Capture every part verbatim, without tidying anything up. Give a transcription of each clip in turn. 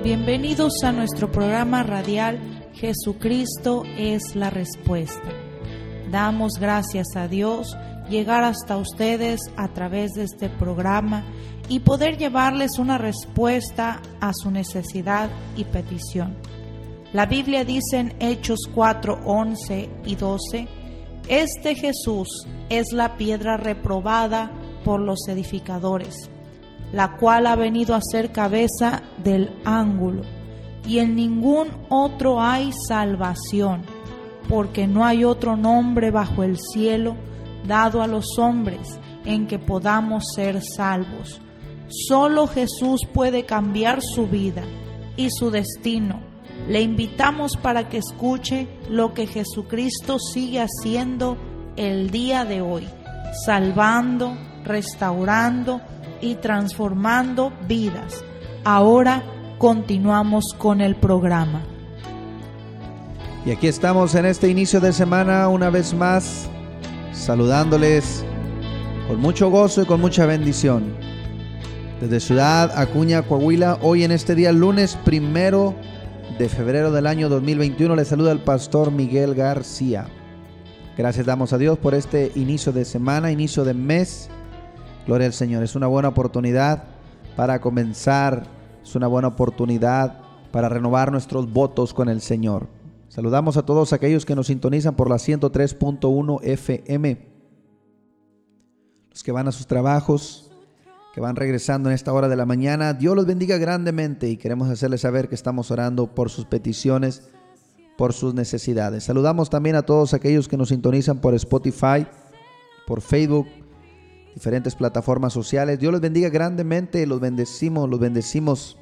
Bienvenidos a nuestro programa radial Jesucristo es la respuesta. Damos gracias a Dios llegar hasta ustedes a través de este programa y poder llevarles una respuesta a su necesidad y petición. La Biblia dice en Hechos cuatro, once y doce: Este Jesús es la piedra reprobada por los edificadores, la cual ha venido a ser cabeza del ángulo, y en ningún otro hay salvación, porque no hay otro nombre bajo el cielo dado a los hombres en que podamos ser salvos. Solo Jesús puede cambiar su vida y su destino. Le invitamos para que escuche lo que Jesucristo sigue haciendo el día de hoy, salvando, restaurando y transformando vidas. Ahora continuamos con el programa. Y aquí estamos en este inicio de semana una vez más, saludándoles con mucho gozo y con mucha bendición. Desde Ciudad Acuña, Coahuila, hoy en este día lunes primero de febrero del año dos mil veintiuno, les saluda el pastor Miguel García. Gracias damos a Dios por este inicio de semana, inicio de mes. Gloria al Señor, es una buena oportunidad para comenzar, es una buena oportunidad para renovar nuestros votos con el Señor. Saludamos a todos aquellos que nos sintonizan por la ciento tres punto uno F M, los que van a sus trabajos, que van regresando en esta hora de la mañana. Dios los bendiga grandemente y queremos hacerles saber que estamos orando por sus peticiones, por sus necesidades. Saludamos también a todos aquellos que nos sintonizan por Spotify, por Facebook, diferentes plataformas sociales. Dios los bendiga grandemente, los bendecimos, los bendecimos.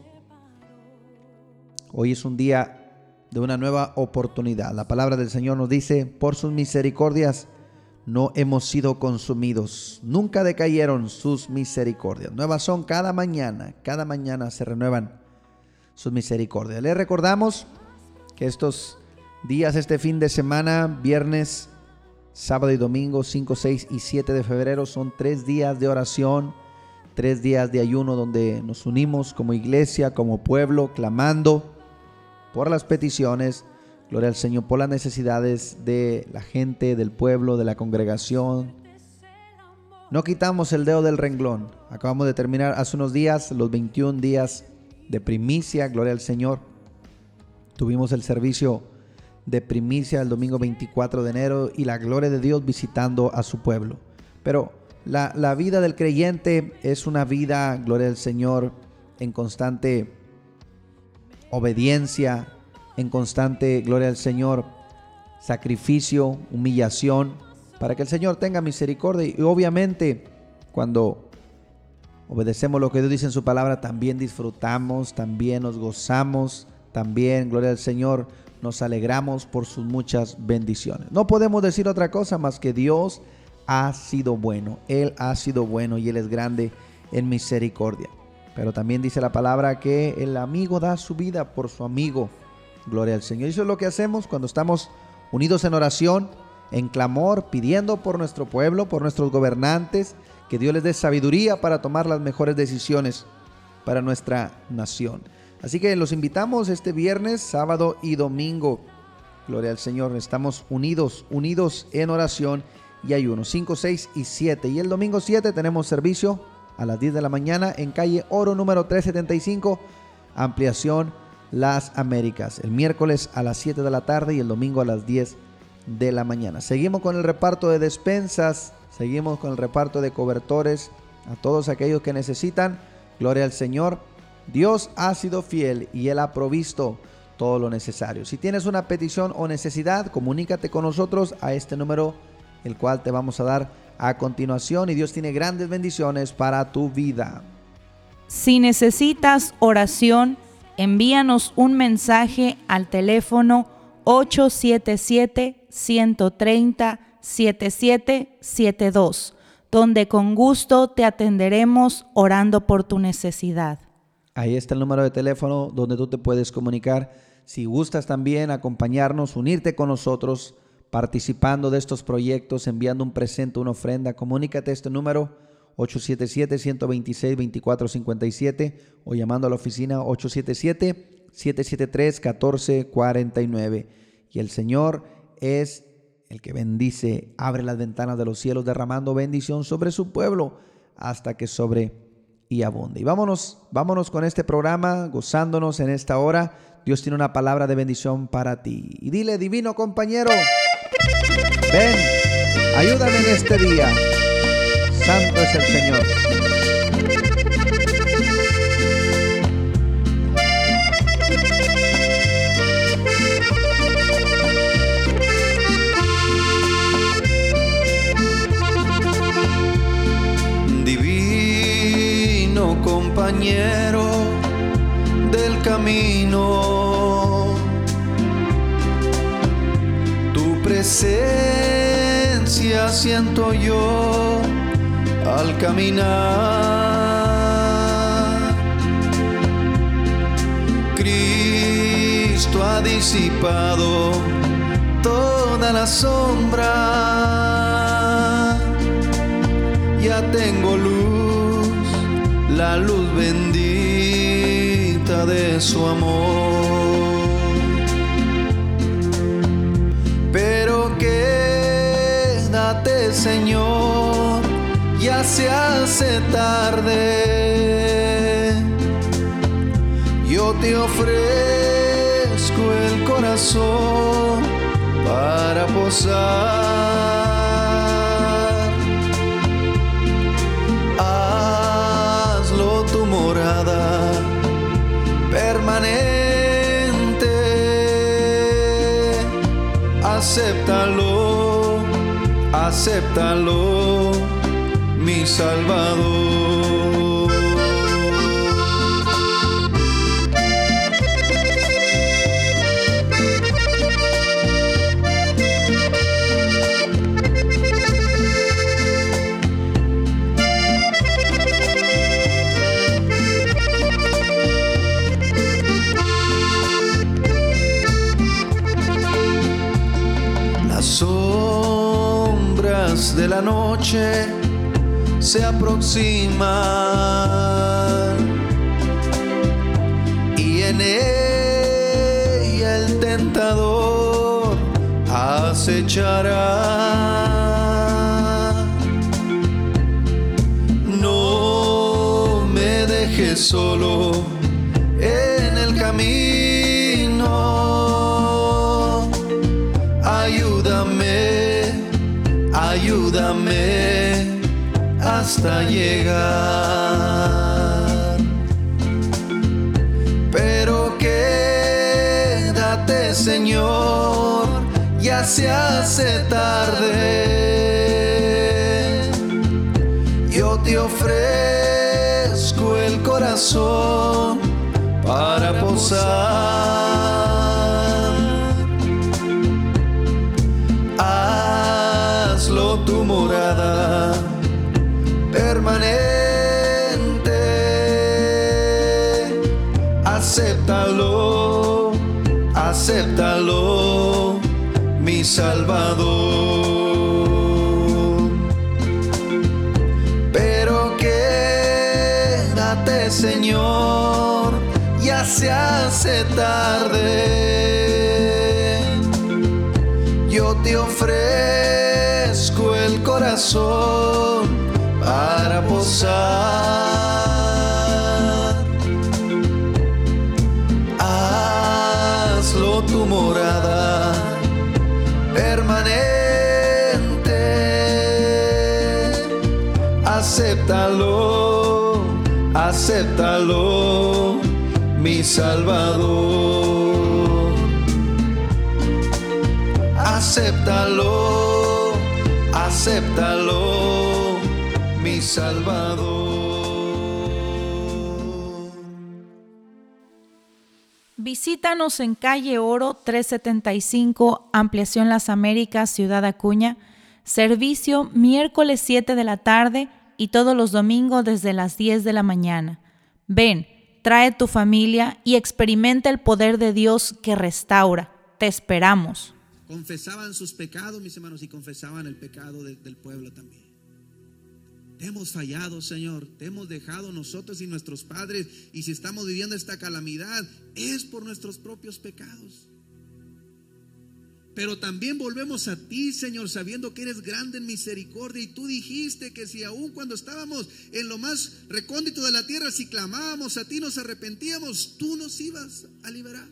Hoy es un día de una nueva oportunidad. La palabra del Señor nos dice: por sus misericordias no hemos sido consumidos, nunca decayeron sus misericordias. Nuevas son cada mañana, cada mañana se renuevan sus misericordias. Les recordamos que estos días, este fin de semana, viernes, sábado y domingo, cinco, seis y siete de febrero, son tres días de oración, tres días de ayuno donde nos unimos como iglesia, como pueblo, clamando por las peticiones, gloria al Señor, por las necesidades de la gente, del pueblo, de la congregación. No quitamos el dedo del renglón. Acabamos de terminar hace unos días los veintiún días de primicia, gloria al Señor. Tuvimos el servicio de primicia el domingo veinticuatro de enero y la gloria de Dios visitando a su pueblo. Pero la, la vida del creyente es una vida, gloria al Señor, en constante obediencia, en constante, gloria al Señor, sacrificio, humillación, para que el Señor tenga misericordia. Y obviamente cuando obedecemos lo que Dios dice en su palabra, también disfrutamos, también nos gozamos, también, gloria al Señor, nos alegramos por sus muchas bendiciones. No podemos decir otra cosa más que Dios ha sido bueno. Él ha sido bueno y Él es grande en misericordia. Pero también dice la palabra que el amigo da su vida por su amigo. Gloria al Señor. Y eso es lo que hacemos cuando estamos unidos en oración, en clamor, pidiendo por nuestro pueblo, por nuestros gobernantes, que Dios les dé sabiduría para tomar las mejores decisiones para nuestra nación. Así que los invitamos este viernes, sábado y domingo. Gloria al Señor. Estamos unidos, unidos en oración y ayuno. cinco, seis y siete. Y el domingo siete tenemos servicio a las diez de la mañana en calle Oro número trescientos setenta y cinco, ampliación Las Américas. El miércoles a las siete de la tarde y el domingo a las diez de la mañana. Seguimos con el reparto de despensas, seguimos con el reparto de cobertores a todos aquellos que necesitan. Gloria al Señor. Dios ha sido fiel y Él ha provisto todo lo necesario. Si tienes una petición o necesidad, comunícate con nosotros a este número, el cual te vamos a dar a continuación, y Dios tiene grandes bendiciones para tu vida. Si necesitas oración, envíanos un mensaje al teléfono ocho siete siete, uno tres cero, siete siete siete dos, donde con gusto te atenderemos orando por tu necesidad. Ahí está el número de teléfono donde tú te puedes comunicar. Si gustas también acompañarnos, unirte con nosotros, participando de estos proyectos, enviando un presente, una ofrenda, comunícate a este número ocho siete siete, uno dos seis, dos cuatro cinco siete o llamando a la oficina ocho siete siete, siete siete tres, uno cuatro cuatro nueve. Y el Señor es el que bendice, abre las ventanas de los cielos, derramando bendición sobre su pueblo hasta que sobre y abunde. Y vámonos, vámonos con este programa, gozándonos en esta hora. Dios tiene una palabra de bendición para ti. Y dile, divino compañero, ven, ayúdame en este día. Santo es el Señor. Divino compañero del camino, tu presencia siento yo al caminar. Cristo ha disipado toda la sombra, ya tengo luz, la luz bendita de su amor. Pero quédate, Señor, ya se hace tarde. Yo te ofrezco el corazón para posar. Hazlo tu morada permanente. Acéptalo, acéptalo, mi Salvador. Las sombras de la noche se aproximan y en ella el tentador acechará. No me dejes solo en el camino, ayúdame, ayúdame hasta llegar. Pero quédate, Señor, ya se hace tarde. Yo te ofrezco el corazón para posar. Hazlo tu morada permanente. Acéptalo, acéptalo, mi Salvador. Pero quédate, Señor, ya se hace tarde. Yo te ofrezco el corazón para posar. Hazlo tu morada permanente. Acéptalo, acéptalo, mi Salvador. Acéptalo, acéptalo, mi Salvador. Visítanos en calle Oro trescientos setenta y cinco, Ampliación Las Américas, Ciudad Acuña. Servicio miércoles siete de la tarde y todos los domingos desde las diez de la mañana. Ven, trae tu familia y experimenta el poder de Dios que restaura. Te esperamos. Confesaban sus pecados, mis hermanos, y confesaban el pecado de, del pueblo también. te hemos fallado, Señor, te hemos dejado nosotros y nuestros padres, y si estamos viviendo esta calamidad es por nuestros propios pecados. Pero también volvemos a ti, Señor, sabiendo que eres grande en misericordia, y tú dijiste que si aún cuando estábamos en lo más recóndito de la tierra, si clamábamos a ti, nos arrepentíamos, tú nos ibas a liberar.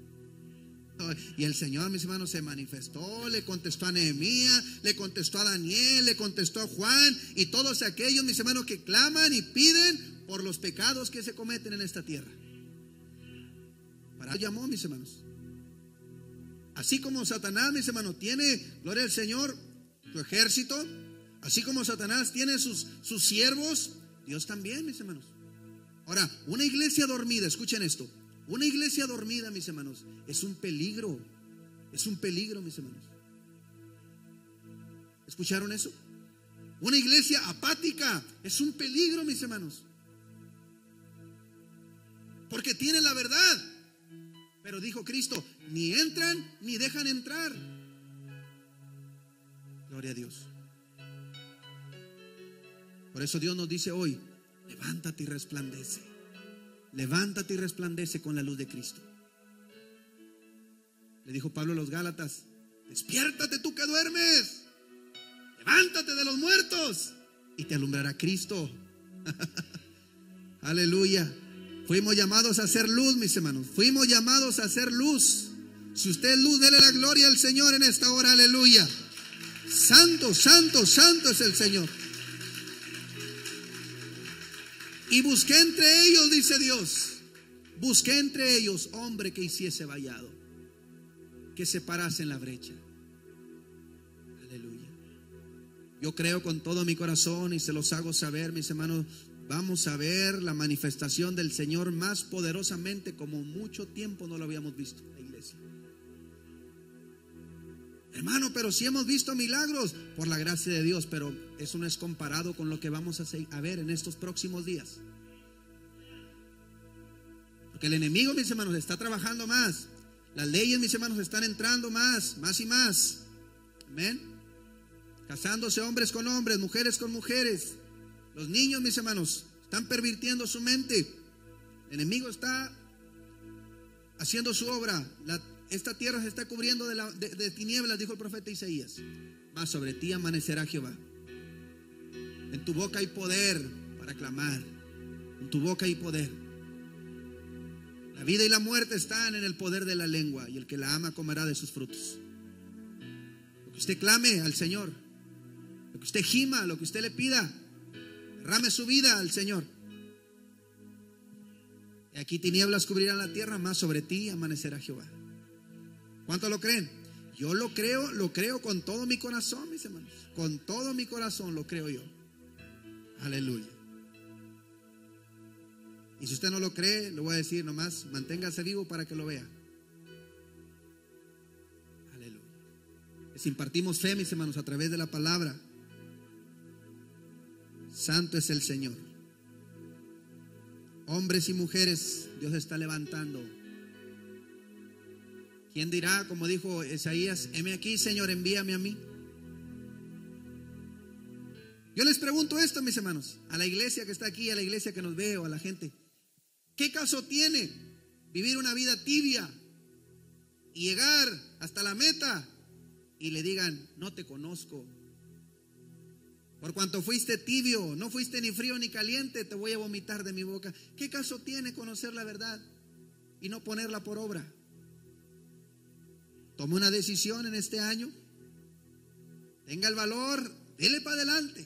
Y el Señor, mis hermanos, se manifestó, le contestó a Nehemías, le contestó a Daniel, le contestó a Juan y todos aquellos, mis hermanos, que claman y piden por los pecados que se cometen en esta tierra. Para eso llamó, mis hermanos. Así como Satanás, mis hermanos, tiene, gloria al Señor, su ejército, así como Satanás tiene sus, sus siervos, Dios también, mis hermanos. Ahora, una iglesia dormida, escuchen esto, una iglesia dormida, mis hermanos, es un peligro, es un peligro, mis hermanos. ¿Escucharon eso? Una iglesia apática es un peligro, mis hermanos, porque tiene la verdad. Pero dijo Cristo, ni entran ni dejan entrar. Gloria a Dios. Por eso Dios nos dice hoy, levántate y resplandece. Levántate y resplandece con la luz de Cristo. Le dijo Pablo a los Gálatas, despiértate tú que duermes, levántate de los muertos y te alumbrará Cristo. Aleluya. Fuimos llamados a hacer luz, mis hermanos. Fuimos llamados a hacer luz. Si usted es luz, dele la gloria al Señor en esta hora, aleluya. Santo, santo, santo es el Señor. Y busqué entre ellos, dice Dios, busqué entre ellos hombre que hiciese vallado, que separase en la brecha. Aleluya. Yo creo con todo mi corazón y se los hago saber, mis hermanos, vamos a ver la manifestación del Señor más poderosamente como mucho tiempo no lo habíamos visto en la iglesia. Hermano, pero si hemos visto milagros por la gracia de Dios, pero eso no es comparado con lo que vamos a, a ver en estos próximos días. Porque el enemigo, mis hermanos, está trabajando más. Las leyes, mis hermanos, están entrando más, más y más. Amén. Casándose hombres con hombres, mujeres con mujeres. Los niños, mis hermanos, están pervirtiendo su mente. El enemigo está haciendo su obra. La, esta tierra se está cubriendo de, la, de, de tinieblas, dijo el profeta Isaías. Mas sobre ti amanecerá Jehová. En tu boca hay poder para clamar. En tu boca hay poder. La vida y la muerte están en el poder de la lengua, y el que la ama comerá de sus frutos. Lo que usted clame al Señor, lo que usted gima, lo que usted le pida, derrame su vida al Señor. Y aquí tinieblas cubrirán la tierra, más sobre ti amanecerá Jehová. ¿Cuántos lo creen? Yo lo creo, lo creo con todo mi corazón, mis hermanos. Con todo mi corazón lo creo yo. Aleluya. Y si usted no lo cree, le voy a decir nomás, manténgase vivo para que lo vea. Aleluya. Les impartimos fe, mis hermanos, a través de la palabra. Santo es el Señor. Hombres y mujeres, Dios está levantando. ¿Quién dirá, como dijo Isaías, heme aquí, Señor, envíame a mí? Yo les pregunto esto, mis hermanos, a la iglesia que está aquí, a la iglesia que nos ve, o a la gente: ¿qué caso tiene vivir una vida tibia y llegar hasta la meta y le digan, no te conozco? Por cuanto fuiste tibio, no fuiste ni frío ni caliente, te voy a vomitar de mi boca. ¿Qué caso tiene conocer la verdad y no ponerla por obra? Tome una decisión en este año. Tenga el valor, dele para adelante.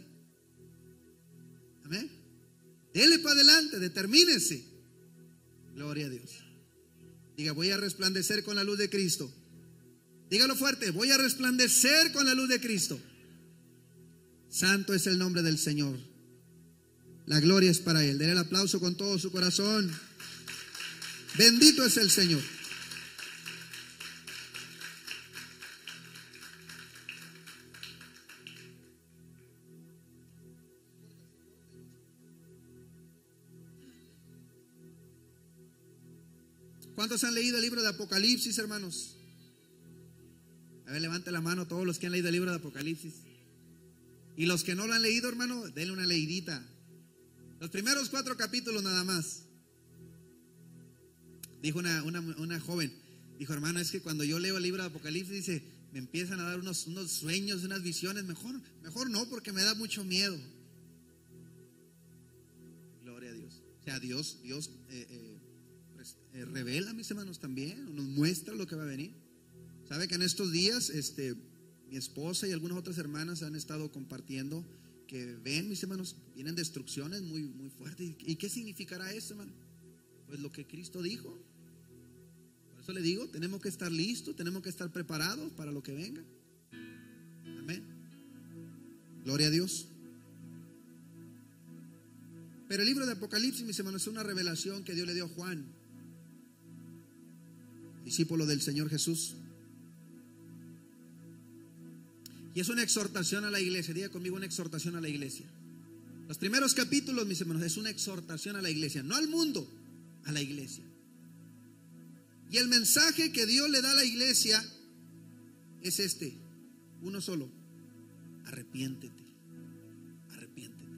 Amén. Dele para adelante, determínese. Gloria a Dios. Diga, voy a resplandecer con la luz de Cristo. Dígalo fuerte, voy a resplandecer con la luz de Cristo. Santo es el nombre del Señor. La gloria es para Él. Denle el aplauso con todo su corazón. Bendito es el Señor. ¿Cuántos han leído el libro de Apocalipsis, hermanos? A ver, levante la mano todos los que han leído el libro de Apocalipsis. Y los que no lo han leído, hermano, denle una leidita. Los primeros cuatro capítulos nada más. Dijo una, una, una joven, dijo, hermano, es que cuando yo leo el libro de Apocalipsis, dice, me empiezan a dar unos, unos sueños, unas visiones. Mejor, mejor no, porque me da mucho miedo. Gloria a Dios. O sea, Dios, Dios eh, eh, pues, eh, revela, mis hermanos, también, nos muestra lo que va a venir. Sabe que en estos días, este, mi esposa y algunas otras hermanas han estado compartiendo que ven, mis hermanos, vienen destrucciones muy, muy fuertes. ¿Y qué significará eso, hermano? Pues lo que Cristo dijo. Por eso le digo, tenemos que estar listos, tenemos que estar preparados para lo que venga. Amén. Gloria a Dios. Pero el libro de Apocalipsis, mis hermanos, es una revelación que Dios le dio a Juan, discípulo del Señor Jesús. Y es una exhortación a la iglesia. Diga conmigo, una exhortación a la iglesia. Los primeros capítulos, mis hermanos, es una exhortación a la iglesia, no al mundo, a la iglesia. Y el mensaje que Dios le da a la iglesia es este, uno solo: arrepiéntete, arrepiéntete.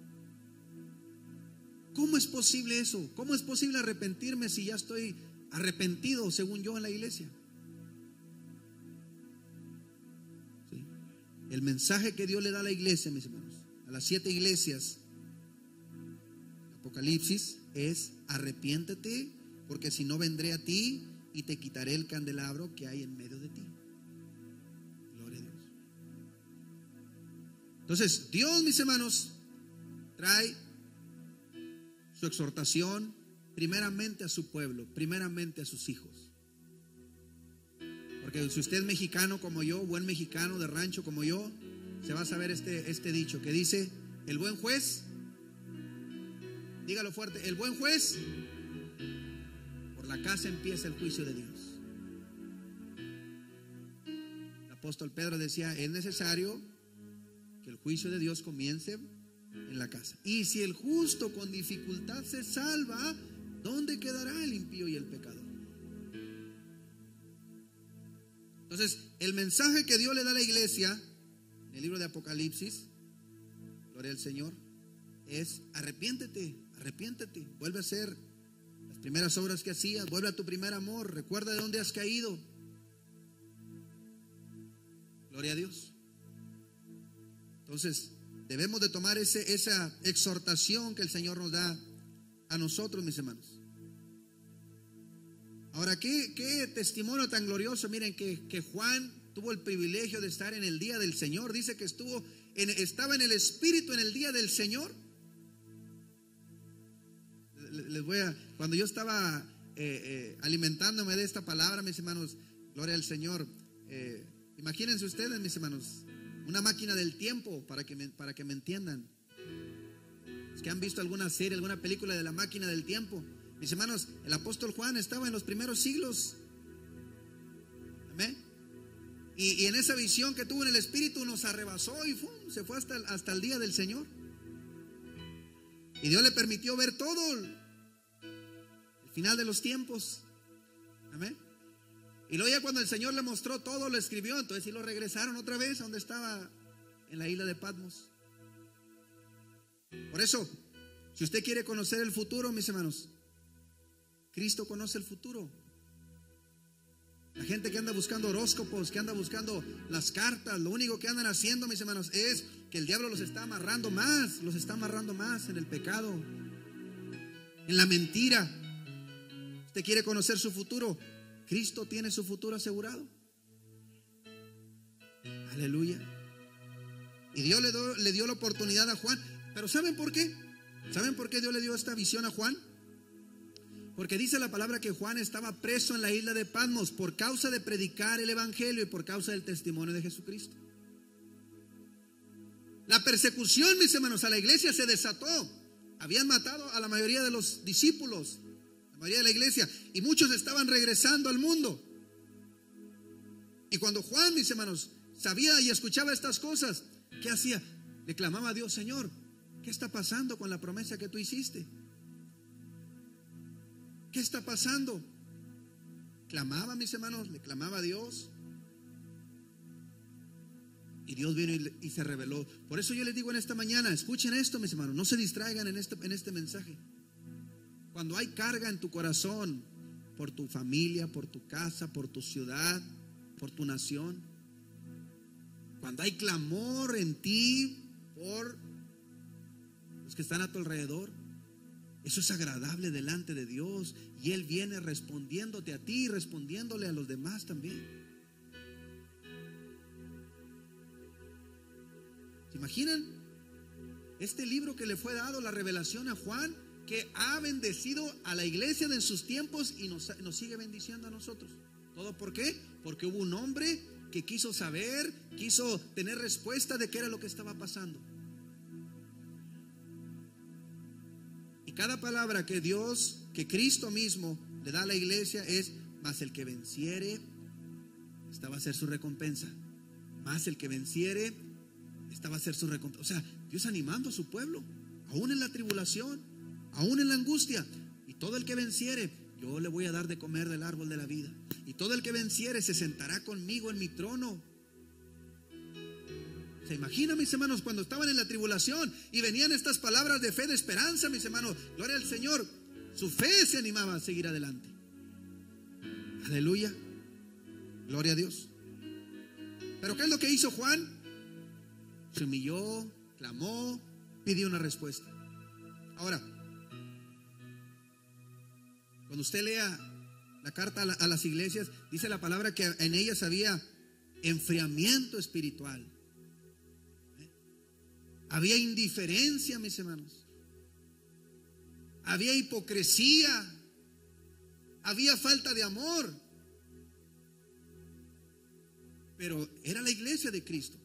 ¿Cómo es posible eso? ¿Cómo es posible arrepentirme si ya estoy arrepentido, según yo, en la iglesia? ¿Sí? El mensaje que Dios le da a la iglesia, mis hermanos, a las siete iglesias, Apocalipsis, es: arrepiéntete, porque si no vendré a ti y te quitaré el candelabro que hay en medio de ti. Gloria a Dios. Entonces, Dios, mis hermanos, trae su exhortación primeramente a su pueblo, primeramente a sus hijos. Porque si usted es mexicano como yo, buen mexicano de rancho como yo, se va a saber este, este dicho que dice: el buen juez, dígalo fuerte, el buen juez, por la casa empieza el juicio de Dios. El apóstol Pedro decía: es necesario que el juicio de Dios comience en la casa. Y si el justo con dificultad se salva, ¿dónde quedará el impío y el pecador? Entonces, el mensaje que Dios le da a la iglesia en el libro de Apocalipsis, gloria al Señor, es: arrepiéntete, arrepiéntete, vuelve a hacer las primeras obras que hacías, vuelve a tu primer amor, recuerda de dónde has caído. Gloria a Dios. Entonces, debemos de tomar ese, esa exhortación que el Señor nos da a nosotros, mis hermanos. Ahora, ¿qué, qué testimonio tan glorioso? Miren, que, que Juan tuvo el privilegio de estar en el día del Señor. Dice que estuvo en, estaba en el Espíritu en el día del Señor. Les voy a, cuando yo estaba eh, eh, alimentándome de esta palabra, mis hermanos, gloria al Señor, eh, imagínense ustedes, mis hermanos, una máquina del tiempo, para que me, para que me entiendan. Los que han visto alguna serie, alguna película de la máquina del tiempo, mis hermanos, el apóstol Juan estaba en los primeros siglos. Amén. Y, y en esa visión que tuvo en el Espíritu nos arrebasó y ¡fum!, se fue hasta, hasta el día del Señor. Y Dios le permitió ver todo el final de los tiempos. Amén. Y luego ya cuando el Señor le mostró todo, lo escribió. Entonces sí lo regresaron otra vez a donde estaba, en la isla de Patmos. Por eso, si usted quiere conocer el futuro, mis hermanos, Cristo conoce el futuro. La gente que anda buscando horóscopos, que anda buscando las cartas, lo único que andan haciendo, mis hermanos, es que el diablo los está amarrando más, los está amarrando más en el pecado, en la mentira. ¿Usted quiere conocer su futuro? Cristo tiene su futuro asegurado. Aleluya. Y Dios le dio, le dio la oportunidad a Juan. Pero ¿saben por qué? ¿Saben por qué Dios le dio esta visión a Juan? Porque dice la palabra que Juan estaba preso en la isla de Patmos por causa de predicar el evangelio y por causa del testimonio de Jesucristo. La persecución, mis hermanos, a la iglesia se desató. Habían matado a la mayoría de los discípulos, la mayoría de la iglesia, y muchos estaban regresando al mundo. Y cuando Juan, mis hermanos, sabía y escuchaba estas cosas, ¿qué hacía? Le clamaba a Dios: Señor, ¿qué está pasando con la promesa que tú hiciste? ¿Qué está pasando? Clamaba, mis hermanos, le clamaba a Dios. Y Dios vino y, y se reveló. Por eso yo les digo en esta mañana, escuchen esto, mis hermanos, no se distraigan en este, en este mensaje. Cuando hay carga en tu corazón por tu familia, por tu casa, por tu ciudad, por tu nación, cuando hay clamor en ti por los que están a tu alrededor, eso es agradable delante de Dios, y Él viene respondiéndote a ti y respondiéndole a los demás también. ¿Se imaginan? Este libro que le fue dado, la revelación a Juan, que ha bendecido a la iglesia de sus tiempos y nos, nos sigue bendiciendo a nosotros. ¿Todo por qué? Porque hubo un hombre que quiso saber, quiso tener respuesta de qué era lo que estaba pasando. Y cada palabra que Dios, que Cristo mismo le da a la iglesia es: más el que venciere, esta va a ser su recompensa. Más el que venciere, esta va a ser su recompensa. O sea, Dios animando a su pueblo, aún en la tribulación, aún en la angustia. Y todo el que venciere, yo le voy a dar de comer del árbol de la vida. Y todo el que venciere se sentará conmigo en mi trono. ¿Se imaginan, mis hermanos, cuando estaban en la tribulación y venían estas palabras de fe, de esperanza, mis hermanos? Gloria al Señor. Su fe se animaba a seguir adelante. Aleluya. Gloria a Dios. Pero ¿qué es lo que hizo Juan? Se humilló, clamó, pidió una respuesta. Ahora, cuando usted lea la carta a, la, a las iglesias, dice la palabra que en ellas había enfriamiento espiritual. ¿Eh? Había indiferencia, mis hermanos. Había hipocresía. Había falta de amor. Pero era la iglesia de Cristo.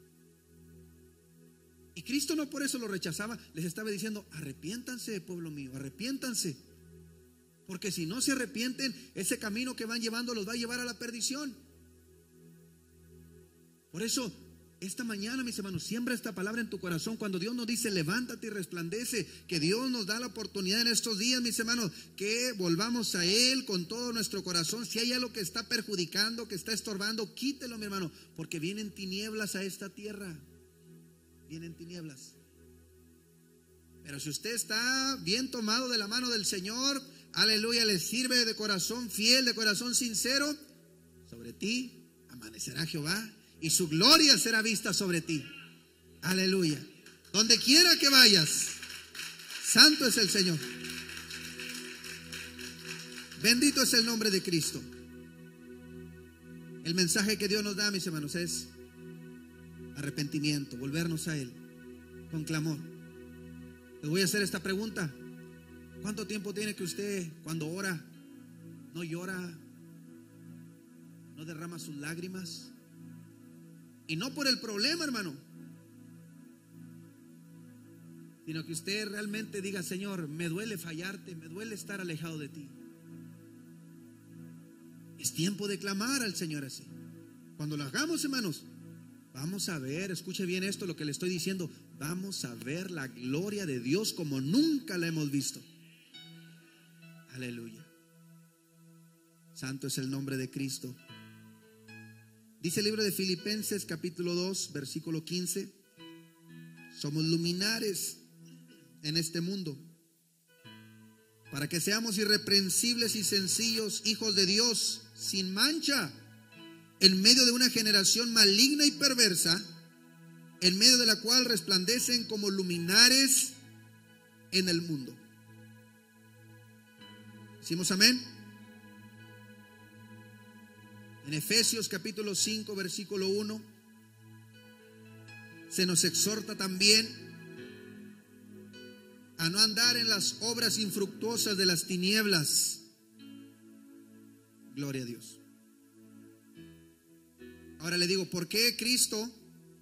Y Cristo no por eso lo rechazaba, les estaba diciendo: arrepiéntanse, pueblo mío, arrepiéntanse. Porque si no se arrepienten, ese camino que van llevando los va a llevar a la perdición. Por eso, esta mañana, mis hermanos, siembra esta palabra en tu corazón. Cuando Dios nos dice: levántate y resplandece, que Dios nos da la oportunidad en estos días, mis hermanos, que volvamos a Él con todo nuestro corazón. Si hay algo que está perjudicando, que está estorbando, quítelo, mi hermano, porque vienen tinieblas a esta tierra. Vienen tinieblas. Pero si usted está bien tomado de la mano del Señor, aleluya, le sirve de corazón fiel, de corazón sincero, sobre ti amanecerá Jehová y su gloria será vista sobre ti. Aleluya. Donde quiera que vayas, santo es el Señor. Bendito es el nombre de Cristo. El mensaje que Dios nos da, mis hermanos, es arrepentimiento, volvernos a Él con clamor. Les voy a hacer esta pregunta: ¿cuánto tiempo tiene que usted, cuando ora, no llora, no derrama sus lágrimas? Y no por el problema, hermano, sino que usted realmente diga: Señor, me duele fallarte, me duele estar alejado de ti. Es tiempo de clamar al Señor así. Cuando lo hagamos, hermanos, vamos a ver, escuche bien esto, lo que le estoy diciendo, vamos a ver la gloria de Dios como nunca la hemos visto. Aleluya. Santo es el nombre de Cristo. Dice el libro de Filipenses capítulo dos, versículo quince: somos luminares en este mundo, para que seamos irreprensibles y sencillos, hijos de Dios, sin mancha, en medio de una generación maligna y perversa, en medio de la cual resplandecen como luminares en el mundo. ¿Decimos amén? En Efesios capítulo cinco, versículo uno, se nos exhorta también a no andar en las obras infructuosas de las tinieblas. Gloria a Dios. Ahora le digo, ¿por qué Cristo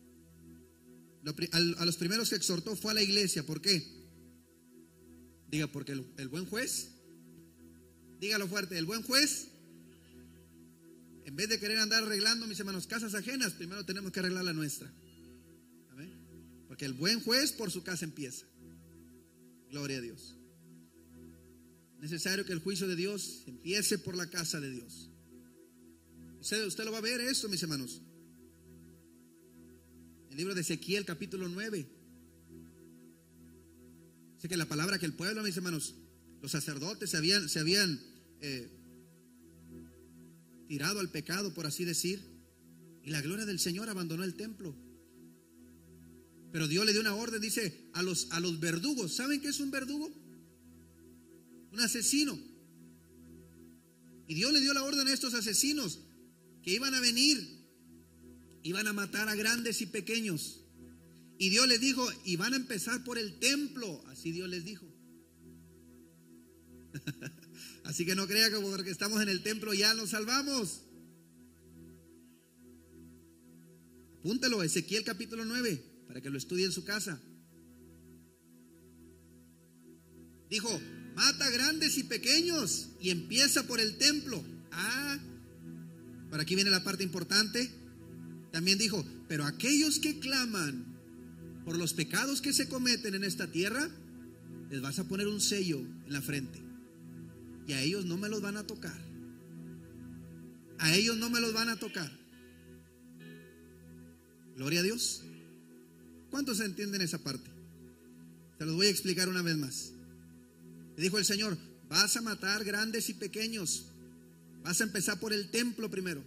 a los primeros que exhortó fue a la iglesia? ¿Por qué? Diga, porque el, el buen juez, dígalo fuerte, el buen juez, en vez de querer andar arreglando, mis hermanos, casas ajenas, primero tenemos que arreglar la nuestra. ¿Amén? Porque el buen juez por su casa empieza. Gloria a Dios. Necesario que el juicio de Dios empiece por la casa de Dios. Usted, usted lo va a ver esto, mis hermanos. En libro de Ezequiel capítulo nueve. Dice que la palabra que el pueblo, mis hermanos, los sacerdotes se habían, se habían eh, tirado al pecado, por así decir, y la gloria del Señor abandonó el templo. Pero Dios le dio una orden, dice, a los, a los verdugos. ¿Saben qué es un verdugo? Un asesino. Y Dios le dio la orden a estos asesinos que iban a venir, iban a matar a grandes y pequeños. Y Dios les dijo, y van a empezar por el templo. Así Dios les dijo. Así que no crea que porque estamos en el templo ya nos salvamos. Apúntelo, Ezequiel capítulo nueve, para que lo estudie en su casa. Dijo, mata grandes y pequeños y empieza por el templo. Ah, por aquí viene la parte importante. También dijo, pero aquellos que claman por los pecados que se cometen en esta tierra, les vas a poner un sello en la frente. Y a ellos no me los van a tocar. A ellos no me los van a tocar. Gloria a Dios. ¿Cuántos entienden esa parte? Se los voy a explicar una vez más. Le dijo el Señor, vas a matar grandes y pequeños. Vas a empezar por el templo primero.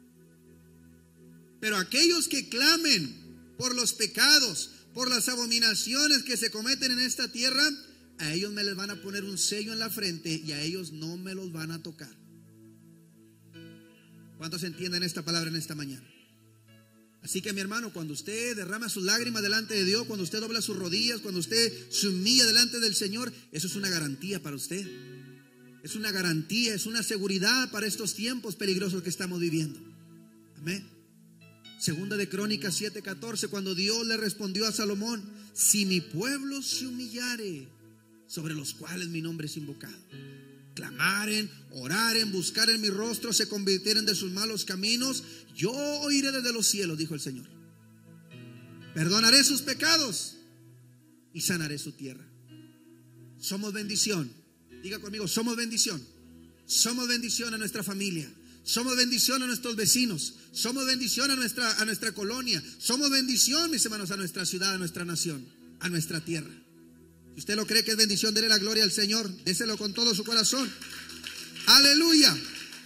Pero aquellos que clamen por los pecados, por las abominaciones que se cometen en esta tierra, a ellos me les van a poner un sello en la frente y a ellos no me los van a tocar. ¿Cuántos entienden esta palabra en esta mañana? Así que mi hermano, cuando usted derrama sus lágrimas delante de Dios, cuando usted dobla sus rodillas, cuando usted se humilla delante del Señor, eso es una garantía para usted. Es una garantía, es una seguridad para estos tiempos peligrosos que estamos viviendo. Amén. Segunda de Crónicas siete catorce, cuando Dios le respondió a Salomón, si mi pueblo se humillare, sobre los cuales mi nombre es invocado, clamaren, oraren, buscaren mi rostro, se convirtieren de sus malos caminos, yo oiré desde los cielos, dijo el Señor, perdonaré sus pecados y sanaré su tierra. Somos bendición. Diga conmigo, somos bendición. Somos bendición a nuestra familia. Somos bendición a nuestros vecinos. Somos bendición a nuestra, a nuestra colonia. Somos bendición, mis hermanos, a nuestra ciudad, a nuestra nación, a nuestra tierra. Si usted lo cree que es bendición, dele la gloria al Señor. Déselo con todo su corazón. Aleluya.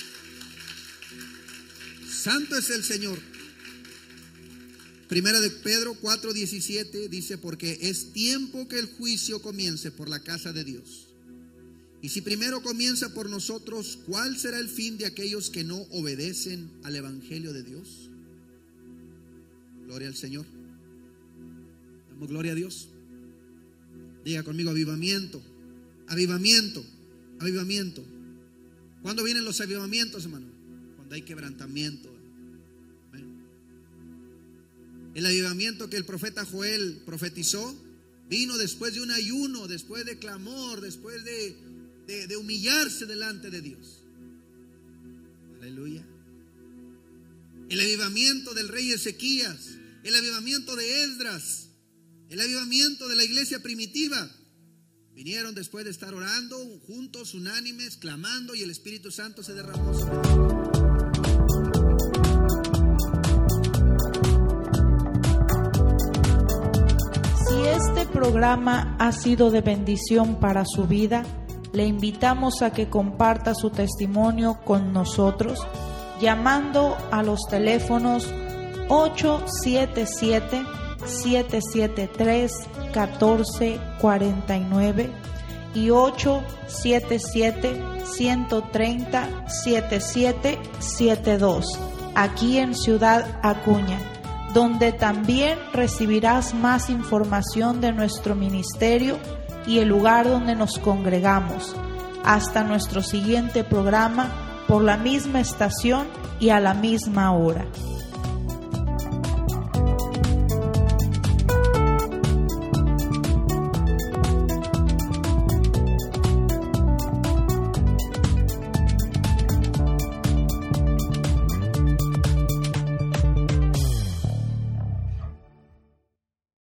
Santo es el Señor. Primera de Pedro cuatro diecisiete dice, porque es tiempo que el juicio comience por la casa de Dios. Y si primero comienza por nosotros, ¿cuál será el fin de aquellos que no obedecen al Evangelio de Dios? Gloria al Señor. Damos gloria a Dios. Diga conmigo, avivamiento, avivamiento, avivamiento. ¿Cuándo vienen los avivamientos, hermano? Cuando hay quebrantamiento. Amén. El avivamiento que el profeta Joel profetizó vino después de un ayuno, después de clamor, después de De, de humillarse delante de Dios. Aleluya. El avivamiento del rey Ezequías, el avivamiento de Esdras, el avivamiento de la iglesia primitiva, vinieron después de estar orando juntos, unánimes, clamando, y el Espíritu Santo se derramó sobre ellos. Si este programa ha sido de bendición para su vida, le invitamos a que comparta su testimonio con nosotros llamando a los teléfonos ocho siete siete, siete siete tres, uno cuatro cuatro nueve y ocho siete siete, uno tres cero, siete siete siete dos aquí en Ciudad Acuña, donde también recibirás más información de nuestro ministerio y el lugar donde nos congregamos. Hasta nuestro siguiente programa por la misma estación y a la misma hora.